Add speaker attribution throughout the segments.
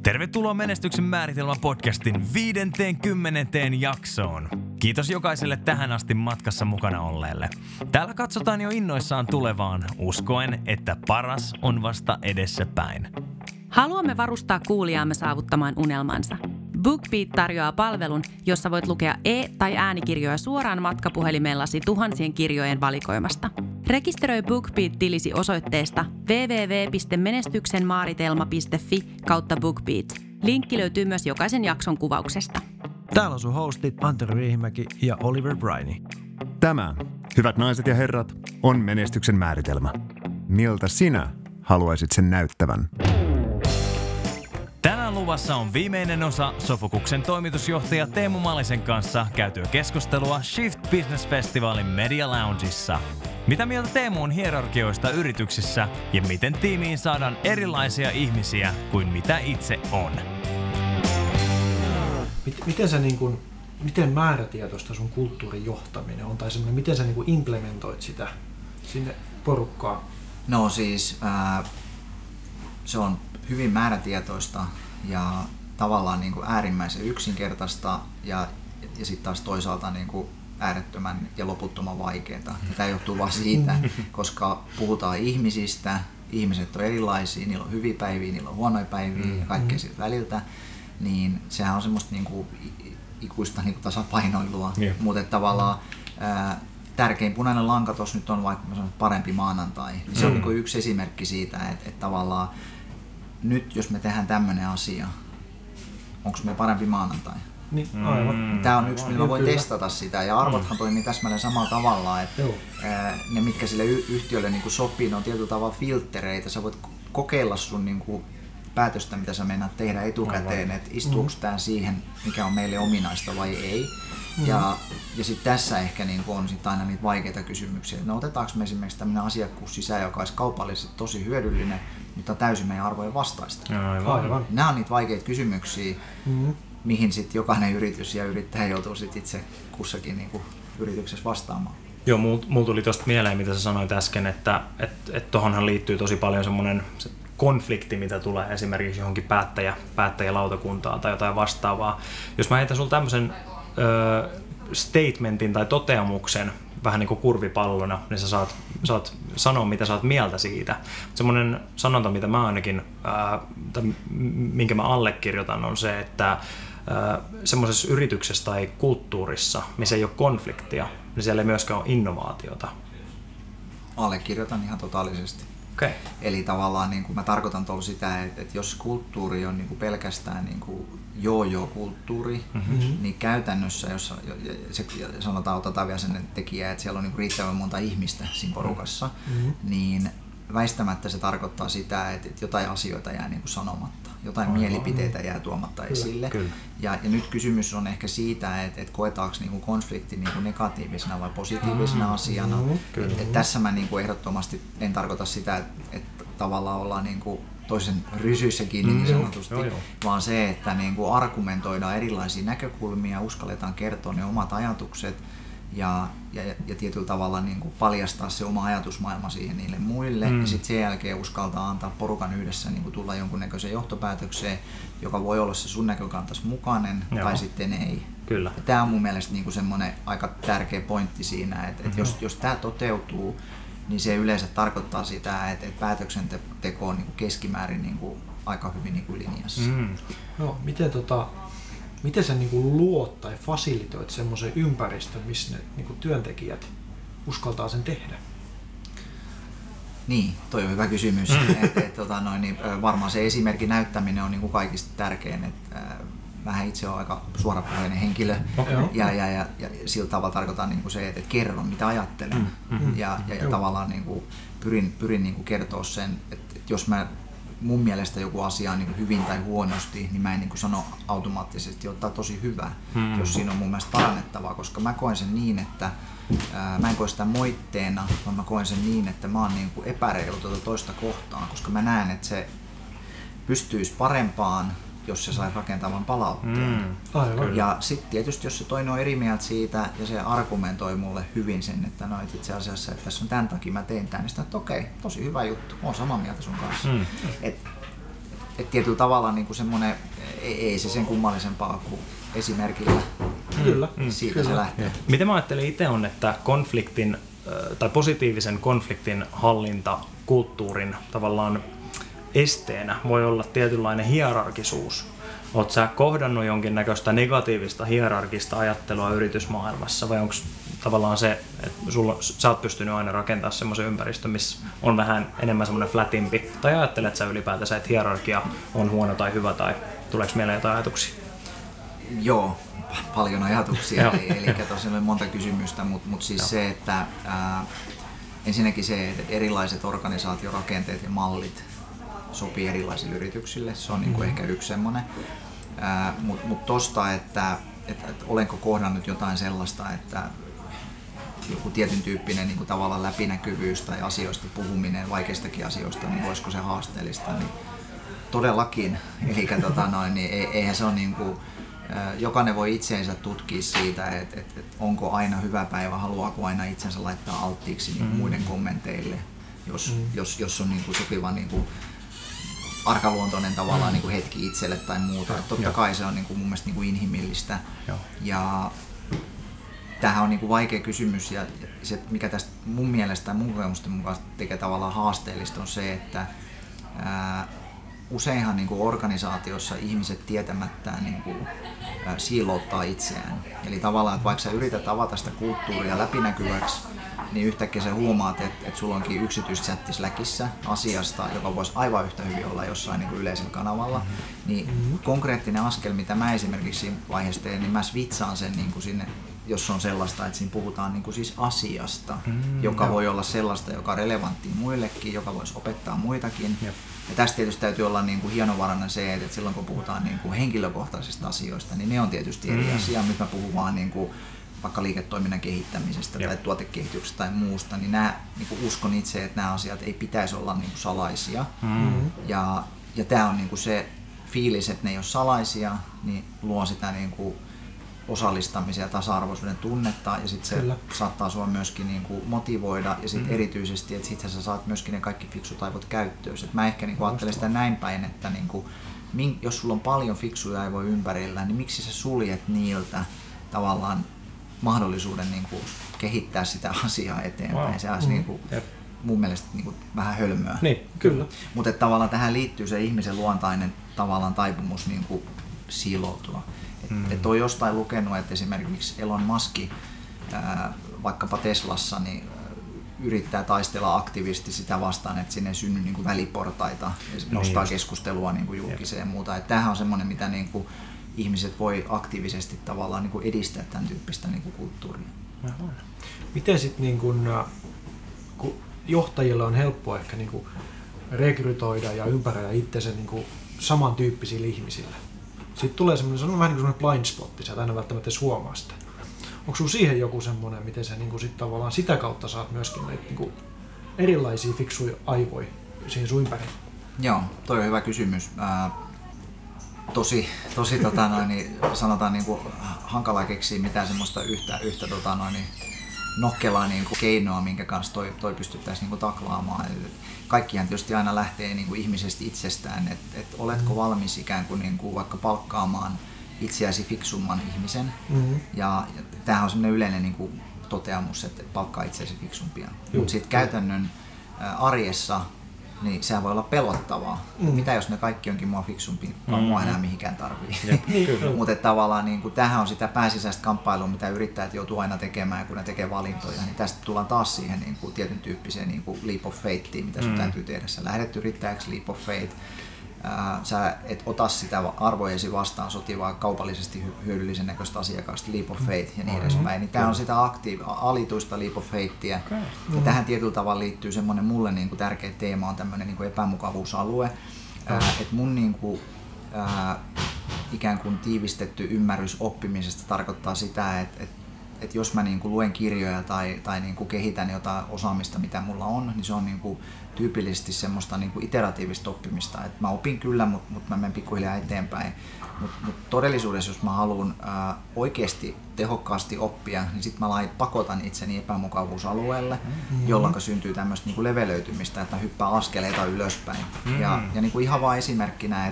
Speaker 1: Tervetuloa Menestyksen määritelmä podcastin 50. jaksoon. Kiitos jokaiselle tähän asti matkassa mukana olleelle. Täällä katsotaan jo innoissaan tulevaan, uskoen, että paras on vasta edessäpäin.
Speaker 2: Haluamme varustaa kuulijaamme saavuttamaan unelmansa. BookBeat tarjoaa palvelun, jossa voit lukea e- tai äänikirjoja suoraan matkapuhelimellasi tuhansien kirjojen valikoimasta. Rekisteröi BookBeat-tilisi osoitteesta www.menestyksenmaaritelma.fi/BookBeat. Linkki löytyy myös jokaisen jakson kuvauksesta.
Speaker 3: Täällä on sun hostit Antero Riihimäki ja Oliver Briney.
Speaker 4: Tämä, hyvät naiset ja herrat, on menestyksen määritelmä. Miltä sinä haluaisit sen näyttävän?
Speaker 1: Tänään luvassa on viimeinen osa Sofokuksen toimitusjohtaja Teemu Malisen kanssa käytyä keskustelua Shift Business Festivalin Media Loungeissa. Mitä mieltä Teemu on hierarkioista yrityksissä ja miten tiimiin saadaan erilaisia ihmisiä kuin mitä itse on?
Speaker 3: Miten määrätietoista sun kulttuurin johtaminen on, tai semmoinen, miten sä implementoit sitä sinne porukkaan?
Speaker 5: No siis se on hyvin määrätietoista ja tavallaan äärimmäisen yksinkertaista ja sitten taas toisaalta äärettömän ja loputtoman vaikeaa. Tämä johtuu vaan siitä, koska puhutaan ihmisistä, ihmiset on erilaisia, niillä on hyviä päiviä, niillä on huonoja päiviä ja kaikkea siltä väliltä, niin sehän on semmoista ikuista tasapainoilua, mutta tavallaan tärkein punainen lanka tuossa nyt on vaikka parempi maanantai. Se on yksi esimerkki siitä, että tavallaan nyt jos me tehdään tämmöinen asia, onko me parempi maanantai?
Speaker 3: Niin, aivan.
Speaker 5: Tämä on yksi, millä voi testata sitä, ja arvothan toimii täsmälleen samalla tavalla, että ne mitkä sille yhtiölle sopii, ne on tietyllä tavalla filttereitä. Sä voit kokeilla sun päätöstä, mitä sä meinaat tehdä etukäteen, että istuuko tämä siihen, mikä on meille ominaista vai ei. Ja sitten tässä ehkä on sit aina niitä vaikeita kysymyksiä. No otetaanko me esimerkiksi tämmöinen asiakkuus sisään, joka olisi kaupallisesti tosi hyödyllinen, mutta täysin meidän arvojen vastaista.
Speaker 3: Aivan.
Speaker 5: Nämä on niitä vaikeita kysymyksiä, mihin sitten jokainen yritys ja yrittäjä joutuu sit itse kussakin yrityksessä vastaamaan.
Speaker 6: Joo, mulla tuli tuosta mieleen, mitä sä sanoit äsken, että tohonhan liittyy tosi paljon semmoinen konflikti, mitä tulee esimerkiksi johonkin päättäjälautakuntaan tai jotain vastaavaa. Jos mä heitän sulla tämmöisen statementin tai toteamuksen vähän niin kuin kurvipallona, niin sä saat sanoa, mitä sä oot mieltä siitä. Semmoinen sanonta, mitä mä ainakin, minkä mä allekirjoitan, on se, että semmoisessa yrityksessä tai kulttuurissa, missä ei ole konfliktia, niin siellä ei myöskään ole innovaatiota.
Speaker 5: Allekirjoitan ihan totaalisesti.
Speaker 6: Okay.
Speaker 5: Eli tavallaan mä tarkoitan tuolla sitä, että jos kulttuuri on pelkästään joo-joo-kulttuuri, niin käytännössä, jos otetaan vielä sen tekijä, että siellä on riittävän monta ihmistä siinä porukassa, niin väistämättä se tarkoittaa sitä, että jotain asioita jää sanomatta, jotain mielipiteitä jää tuomatta esille. Ja nyt kysymys on ehkä siitä, että koetaanko konflikti negatiivisena vai positiivisena asiana. Et tässä mä ehdottomasti en tarkoita sitä, että tavallaan ollaan toisen rysyissä kiinni niin sanotusti, vaan se, että argumentoidaan erilaisia näkökulmia, uskalletaan kertoa ne omat ajatukset ja tietyllä tavalla paljastaa se oma ajatusmaailma siihen niille muille ja sitten sen jälkeen uskaltaa antaa porukan yhdessä tulla jonkunnäköiseen johtopäätökseen, joka voi olla se sun näkökantas mukainen tai sitten ei.
Speaker 6: Kyllä.
Speaker 5: Tämä on mun mielestä semmoinen aika tärkeä pointti siinä, että jos tämä toteutuu, niin se yleensä tarkoittaa sitä, että päätöksenteko on keskimäärin aika hyvin linjassa.
Speaker 3: No, miten sä luot tai fasilitoit semmoisen ympäristön, missä ne työntekijät uskaltaa sen tehdä?
Speaker 5: Niin, toi on hyvä kysymys. Varmaan se esimerkin näyttäminen on kaikista tärkein. Mähän itse olen aika suorapuheinen henkilö ja sillä tavalla tarkoitan se, että kerron mitä ajattelen ja tavallaan pyrin kertoa sen, että jos mun mielestä joku asia on hyvin tai huonosti, niin mä en sano automaattisesti ottaa tosi hyvä, jos siinä on mun mielestä parannettavaa, koska mä koen sen niin, että mä en koe sitä moitteena, vaan mä koen sen niin, että mä oon epäreilu toista kohtaan, koska mä näen, että se pystyisi parempaan, jos se sai rakentavan palautteen. Ja sitten tietysti, jos se toinen on eri mieltä siitä ja se argumentoi mulle hyvin sen, että itse asiassa, että tässä on tämän takia mä tein tämän, niin sitten, että okei, tosi hyvä juttu, oon samaa mieltä sun kanssa. tietyllä tavalla niin kuin semmoinen, ei se sen kummallisempaa kuin esimerkillä.
Speaker 3: Kyllä.
Speaker 5: Siitä se lähtee.
Speaker 6: Miten mä ajattelin itse on, että konfliktin tai positiivisen konfliktin hallinta kulttuurin tavallaan esteenä voi olla tietynlainen hierarkisuus. Oletko sä kohdannut jonkinnäköistä negatiivista hierarkista ajattelua yritysmaailmassa vai onko tavallaan se, että sä oot pystynyt aina rakentamaan semmoisen ympäristön, missä on vähän enemmän semmoinen flatimpi? Tai ajattelet sä ylipäätänsä, että hierarkia on huono tai hyvä tai tuleeko mieleen jotain ajatuksia?
Speaker 5: Joo, paljon ajatuksia, eli tosiaan on monta kysymystä, mutta siis se, että ensinnäkin se, että erilaiset organisaatiorakenteet ja mallit sopii erilaisille yrityksille, se on niin kuin ehkä yksi semmoinen. Mutta tosta, että olenko kohdannut jotain sellaista, että joku tietyn tyyppinen niin kuin tavallaan läpinäkyvyys tai asioista puhuminen, vaikeistakin asioista, niin voisiko se haasteellista, niin todellakin. Eli niin eihän se ole niin kuin, jokainen voi itseensä tutkia siitä, että onko aina hyvä päivä, haluaako aina itsensä laittaa alttiiksi niin muiden kommenteille, jos on niin kuin sopiva niin kuin arkaluontoinen tavallaan niin kuin hetki itselle tai muuta. Totta kai se on niin kuin mun mielestä niin kuin inhimillistä. Ja tämähän on niin kuin vaikea kysymys ja se, mikä tästä mun mielestä ja mun kokemusten mukaan tekee tavallaan haasteellista on se, että useinhan niin kuin organisaatiossa ihmiset tietämättään niin kuin siilouttaa itseään. Eli tavallaan, että vaikka sä yrität avata sitä kulttuuria läpinäkyväksi, niin yhtäkkiä sä huomaat, että sulla onkin yksityischatti Slackissa asiasta, joka voisi aivan yhtä hyvin olla jossain niin kuin yleisellä kanavalla. Niin konkreettinen askel, mitä mä esimerkiksi siinä vaiheessa teen, niin mä switchaan sen niin kuin sinne, jos on sellaista, että siinä puhutaan niin kuin siis asiasta, joka voi olla sellaista, joka on relevanttia muillekin, joka voisi opettaa muitakin. Ja tästä tietysti täytyy olla niin kuin hienovarainen se, että silloin kun puhutaan niin kuin henkilökohtaisista asioista, niin ne on tietysti eri asia. Nyt mä puhun vaan niin kuin vaikka liiketoiminnan kehittämisestä tai tuotekehityksestä tai muusta, niin uskon itse, että nämä asiat ei pitäisi olla niin kuin salaisia. Ja tämä on niin kuin se fiilis, että ne ei ole salaisia, niin luo sitä niin kuin osallistamisen ja tasa-arvoisuuden tunnetta ja sitten se saattaa sua myöskin niin kuin motivoida ja sitten erityisesti, että sitten sä saat myöskin ne kaikki fiksut aivot käyttöön. Et mä ehkä niin kuin ajattelen sitä näin päin, että niin kuin, jos sulla on paljon fiksuja aivoja ympärillä, niin miksi sä suljet niiltä tavallaan mahdollisuuden niin kuin kehittää sitä asiaa eteenpäin. Se olisi niin kuin, mun mielestä niin kuin vähän hölmöä.
Speaker 3: Niin, kyllä.
Speaker 5: Mutta tavallaan tähän liittyy se ihmisen luontainen tavallaan taipumus niin kuin siiloutua. Että on jostain lukenut, että esimerkiksi Elon Musk vaikkapa Teslassa niin yrittää taistella aktiivisesti sitä vastaan, että sinne ei synny niin kuin väliportaita ja nostaa keskustelua niin kuin julkiseen ja muuta. Että tämähän on semmoinen, mitä niin kuin ihmiset voi aktiivisesti tavallaan niin kuin edistää tämän tyyppistä niin kuin kulttuuria.
Speaker 3: Miten sitten niin kun johtajilla on helppoa ehkä niin kuin rekrytoida ja ympäröidä itsensä niin kuin samantyyppisillä ihmisillä? Sitten tulee semmoinen, se on vähän niin kuin blind spotti, sä et aina välttämättä edes huomaa sitä. Onko sulla siihen joku semmoinen, miten sä niin sit tavallaan sitä kautta saat myöskin näitä niin erilaisia fiksuja aivoja siihen sun ympärille?
Speaker 5: Joo, toi on hyvä kysymys. Tosi sanotaan niin kuin hankalaa keksiä mitään semmoista yhtä nokkelaa niin kuin keinoa, minkä kanssa toi pystyttäisiin niin kuin taklaamaan. Kaikkihan tietysti aina lähtee niin kuin ihmisestä itsestään, että oletko valmis ikään kuin, niin kuin vaikka palkkaamaan itseäsi fiksumman ihmisen. Ja tämähän on semmoinen yleinen niin kuin toteamus, että palkkaa itseäsi fiksumpia. Mutta sitten käytännön arjessa niin sehän voi olla pelottavaa. Mitä jos ne kaikki onkin mua fiksumpia, vaan mua enää mihinkään tarvii. Mutta tavallaan niin tämähän on sitä pääsisäistä kamppailua, mitä yrittäjät joutuu aina tekemään, kun ne tekee valintoja. Niin tästä tullaan taas siihen niin kuin tietyn tyyppiseen niin kuin leap of faitheen, mitä sun täytyy tehdä. Sä lähdet yrittäjäksi, leap of faith. Sä et ota sitä arvojesi vastaan sotivaa kaupallisesti hyödyllisen näköistä asiakasta, leap of faith ja niin edespäin. Niin tämä on sitä alituista leap of faithia. Ja tähän tietyllä tavalla liittyy semmoinen mulle niin kuin tärkeä teema on tämmöinen niin kuin epämukavuusalue. Että mun niin kuin, ikään kuin tiivistetty ymmärrys oppimisesta tarkoittaa sitä, että että jos mä niin kuin luen kirjoja tai niin kuin kehitän jotain osaamista, mitä mulla on, niin se on niin kuin tyypillisesti semmoista niin kuin iteratiivista oppimista. Et mä opin kyllä, mutta mä menen pikkuhiljaa eteenpäin. Mutta todellisuudessa, jos mä haluan oikeasti tehokkaasti oppia, niin sitten mä pakotan itseni epämukavuusalueelle, jolloin syntyy tämmöistä niin kuin levelöitymistä, että mä hyppään askeleita ylöspäin. Ja niin kuin ihan vaan esimerkkinä,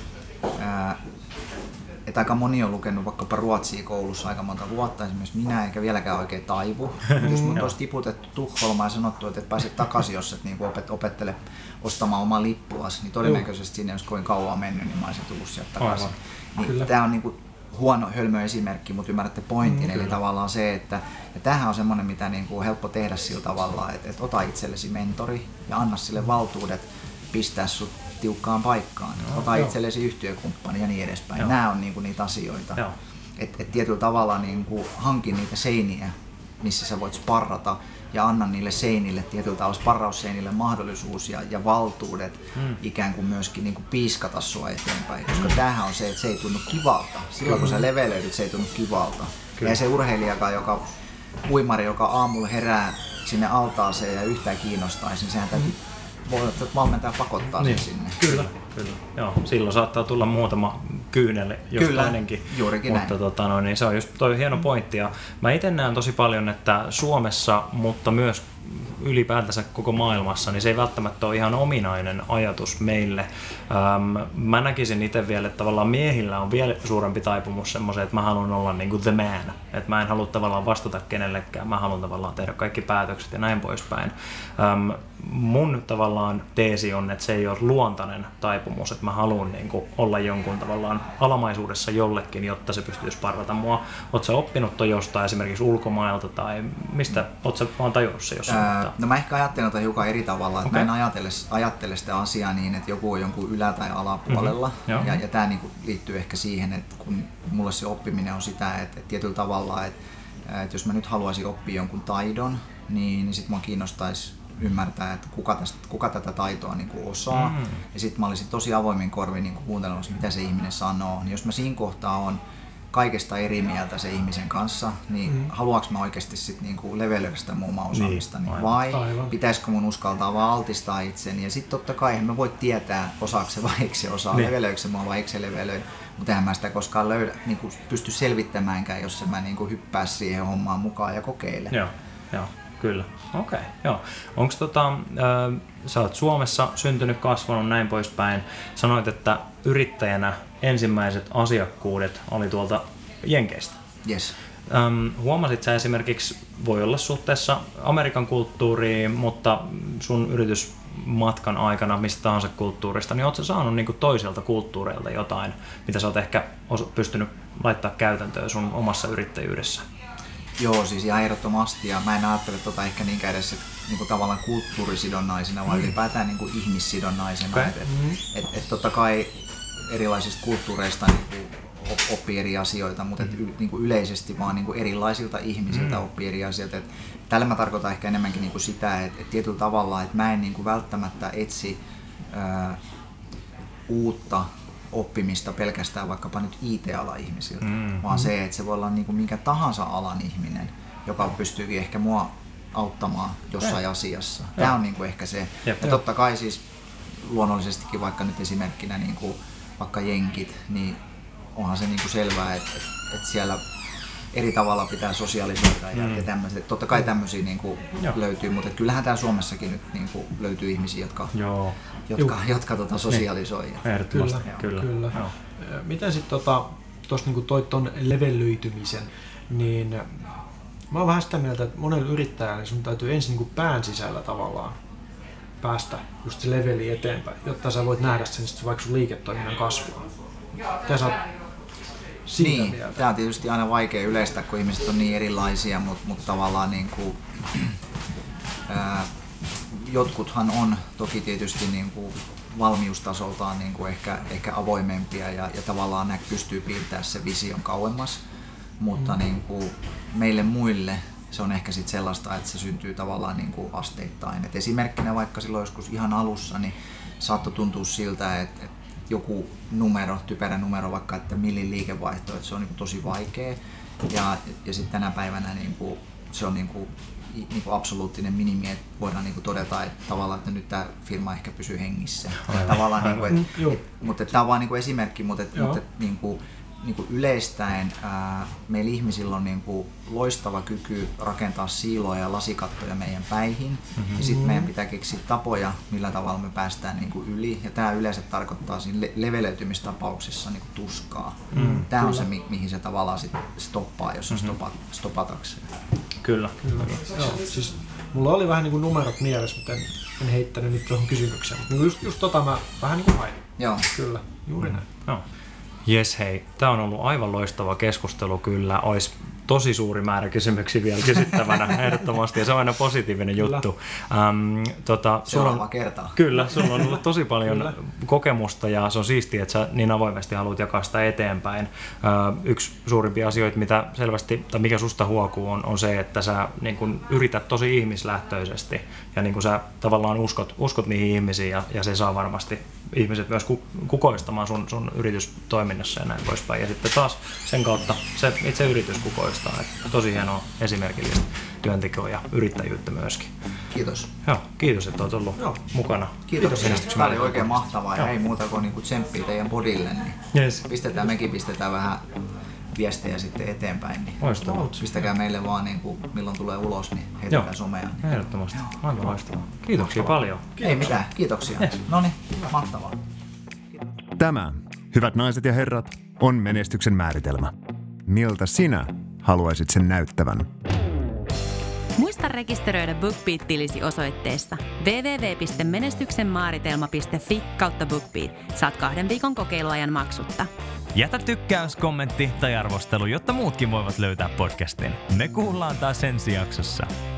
Speaker 5: että aika moni on lukenut vaikkapa ruotsia koulussa aika monta vuotta, esimerkiksi minä, eikä vieläkään oikein taivu. Jos mut olisi tiputettu Tukholmaan ja sanottu, että et pääset takaisin, jos et niin opettele ostamaan omaa lippuasi, niin todennäköisesti sinne olisi kovin kauan mennyt, niin mä olisin tullut sieltä takaisin. Niin, tämä on niin kuin huono hölmö esimerkki, mutta ymmärrätte pointin, eli tavallaan se, että ja tämähän on semmoinen, mitä niin kuin on helppo tehdä sillä tavalla, että ota itsellesi mentori ja anna sille valtuudet pistää sut tiukkaan paikkaan. Ota itsellesi yhtiökumppani ja niin edespäin. Nämä on niinku niitä asioita. Et tietyllä tavalla niinku hanki niitä seiniä, missä sä voit sparrata ja anna niille seinille, tietyllä tavalla sparrausseinille mahdollisuus ja valtuudet ikään kuin myöskin niinku piiskata sua eteenpäin. Koska tämähän on se, että se ei tunnu kivalta. Silloin kun sä levelöidyt, se ei tunnu kivalta. Ja se urheilijakaan, uimari, joka aamulla herää sinne altaaseen ja yhtään kiinnostaisi, niin sehän täytyy valmentaja pakottaa sen sinne.
Speaker 6: Kyllä. Joo, silloin saattaa tulla muutama kyynel, jos toinenkin.
Speaker 5: Juurikin
Speaker 6: mutta niin se on just toi hieno pointti. Ja mä itse näen tosi paljon, että Suomessa, mutta myös ylipäätänsä koko maailmassa, niin se ei välttämättä ole ihan ominainen ajatus meille. Mä näkisin itse vielä, että tavallaan miehillä on vielä suurempi taipumus semmoiseen, että mä haluan olla niin kuin the man. Että mä en halua tavallaan vastata kenellekään, mä haluan tavallaan tehdä kaikki päätökset ja näin poispäin. Mun tavallaan teesi on, että se ei ole luontainen taipumus, että mä haluan niin kuin olla jonkun tavallaan alamaisuudessa jollekin, jotta se pystyisi parrata mua. Ootko sä oppinut toi jostain esimerkiksi ulkomailta tai mistä oot sä vaan tajunnut se jossain?
Speaker 5: No mä ehkä ajattelen tätä hiukan eri tavalla, että mä en ajattele sitä asiaa niin, että joku on jonkun ylä- tai alapuolella. Ja tää niinku liittyy ehkä siihen, että kun mulle se oppiminen on sitä, että tietyllä tavalla, että jos mä nyt haluaisin oppia jonkun taidon, niin sit mua kiinnostaisi ymmärtää, että kuka tätä taitoa niin kuin osaa. Ja sitten mä olisin tosi avoimin korvin niin kuin kuuntelemassa, mitä se ihminen sanoo. Niin jos mä siinä kohtaa on kaikesta eri mieltä se ihmisen kanssa, niin haluanko mä oikeasti sit niin kuin levelöidä sitä mun omaa osaamistani? Vai pitäisikö mun uskaltaa vaan altistaa itseni? Ja sitten totta kai en mä voi tietää, osaako se vai eikö se osaa, levelöikö se mua vai eikö se levelöi. Mutta eihän mä sitä koskaan niin kuin pysty selvittämäänkään, jos en mä niin kuin hyppää siihen hommaan mukaan ja kokeile.
Speaker 6: Joo. Kyllä, okei, joo. Onko sä oot Suomessa syntynyt, kasvanut, näin poispäin. Sanoit, että yrittäjänä ensimmäiset asiakkuudet oli tuolta Jenkeistä.
Speaker 5: Yes.
Speaker 6: Huomasit sä esimerkiksi, voi olla suhteessa Amerikan kulttuuriin, mutta sun yritysmatkan aikana mistä tahansa kulttuurista, niin ootko sä saanut niinku toiselta kulttuureilta jotain, mitä sä oot ehkä pystynyt laittaa käytäntöön sun omassa yrittäjyydessä?
Speaker 5: Joo, siis ihan ehdottomasti, ja mä en ajattele ehkä niinkään edes niinku tavallaan kulttuurisidonnaisena, vaan ylipäätään niinku ihmissidonnaisena. Okay. Et totta kai erilaisista kulttuureista niinku oppii eri asioita, mutta niinku yleisesti vaan niinku erilaisilta ihmisiltä oppii eri asioita. Tällä mä tarkoitan ehkä enemmänkin niinku sitä, että tietyllä tavalla, että mä en niinku välttämättä etsi uutta oppimista pelkästään vaikkapa nyt IT-alan ihmisiltä, vaan se, että se voi olla niin kuin minkä tahansa alan ihminen, joka pystyykin ehkä mua auttamaan jossain asiassa. Tämä on niin kuin ehkä se. Ja totta kai siis luonnollisestikin vaikka nyt esimerkkinä niin kuin vaikka jenkit, niin onhan se niin kuin selvää, että siellä eri tavalla pitää sosialisoida ja tämmöiset. Totta kai tämmöisiä niin kuin löytyy, mutta kyllähän täällä Suomessakin nyt niin kuin löytyy ihmisiä, jotka sosialisoi.
Speaker 3: Kyllä. Miten sitten tuossa niinku toit ton levelöitymisen, niin mä oon vähän sitä mieltä, että monella yrittäjällä niin sun täytyy ensin niinku pään sisällä tavallaan päästä just se leveli eteenpäin, jotta sä voit nähdä sen vaikka sun liiketoiminnan kasvua. Mitä sä oot siitä mieltä?
Speaker 5: Tää on tietysti aina vaikea yleistää, kun ihmiset on niin erilaisia, mutta tavallaan niinku, jotkuthan on toki tietysti niinku valmiustasoltaan niinku ehkä avoimempia ja tavallaan pystyy piirtämään se vision kauemmas, mutta niinku meille muille se on ehkä sit sellaista, että se syntyy tavallaan niinku asteittain. Et esimerkkinä vaikka silloin joskus ihan alussa, niin saattoi tuntua siltä, että joku numero, typerä numero, vaikka että millin liikevaihto, että se on niinku tosi vaikea. Ja sitten tänä päivänä niin kuin, se on niin kuin absoluuttinen minimi, että voidaan niin kuin todeta, että tavallaan että nyt tämä firma ehkä pysyy hengissä. Tavallaan, niin kuin, mutta tämä on vain niin kuin esimerkki, mutta niin kuin yleistäen meillä ihmisillä on niin kuin loistava kyky rakentaa siiloja ja lasikattoja meidän päihin. Ja sitten meidän pitää keksiä tapoja, millä tavalla me päästään niin kuin yli. Ja tämä yleensä tarkoittaa siinä levelöitymistapauksissa niin kuin tuskaa. Tämä on se, mihin se tavallaan sit stoppaa, jos on stopatakseen.
Speaker 6: Kyllä.
Speaker 3: Joo, siis mulla oli vähän niin kuin numerot mielessä, mutta en heittänyt nyt tuohon kysymykseen. Mutta just mä vähän niin kuin hain.
Speaker 5: Joo.
Speaker 3: Kyllä, juuri näin.
Speaker 6: Joo. Jes, hei. Tämä on ollut aivan loistava keskustelu kyllä. Olisi tosi suuri määrä kysymyksiä vielä kysyttävänä ehdottomasti, ja se on aina positiivinen juttu.
Speaker 5: Seuraava kertaa.
Speaker 6: Kyllä, sulla on ollut tosi paljon kokemusta, ja se on siistiä, että sä niin avoimesti haluat jakaa sitä eteenpäin. Yksi suurimpia asioita, mitä selvästi, tai mikä susta huokuu, on se, että sä niin kun yrität tosi ihmislähtöisesti, ja niin kun sä tavallaan uskot niihin ihmisiin, ja se saa varmasti ihmiset myös kukoistamaan sun yritystoiminnassa ja näin poispäin. Ja sitten taas sen kautta se itse yritys kukoistaa. Että tosi hienoa esimerkillistä työntekoa ja yrittäjyyttä myöskin.
Speaker 5: Kiitos.
Speaker 6: Joo, kiitos, että olet ollut mukana.
Speaker 5: Kiitos. Tämä oli oikein mahtavaa ja ei muuta kuin niinku tsemppiä teidän bodille. Niin mekin pistetään vähän viestejä sitten eteenpäin. Niin pistäkää meille vaan, niin kuin, milloin tulee ulos, niin heitetään somea.
Speaker 6: Ehdottomasti. Aivan loistavaa. Kiitoksia paljon.
Speaker 5: Ei mitään, kiitoksia. Noniin, mahtavaa.
Speaker 4: Tämä, hyvät naiset ja herrat, on menestyksen määritelmä. Miltä sinä haluaisit sen näyttävän?
Speaker 2: Muista rekisteröidä BookBeat-tilisi osoitteessa www.menestyksenmaaritelma.fi/BookBeat. Saat 2 viikon kokeiluajan maksutta.
Speaker 1: Jätä tykkäys, kommentti tai arvostelu, jotta muutkin voivat löytää podcastin. Me kuullaan taas ensi jaksossa.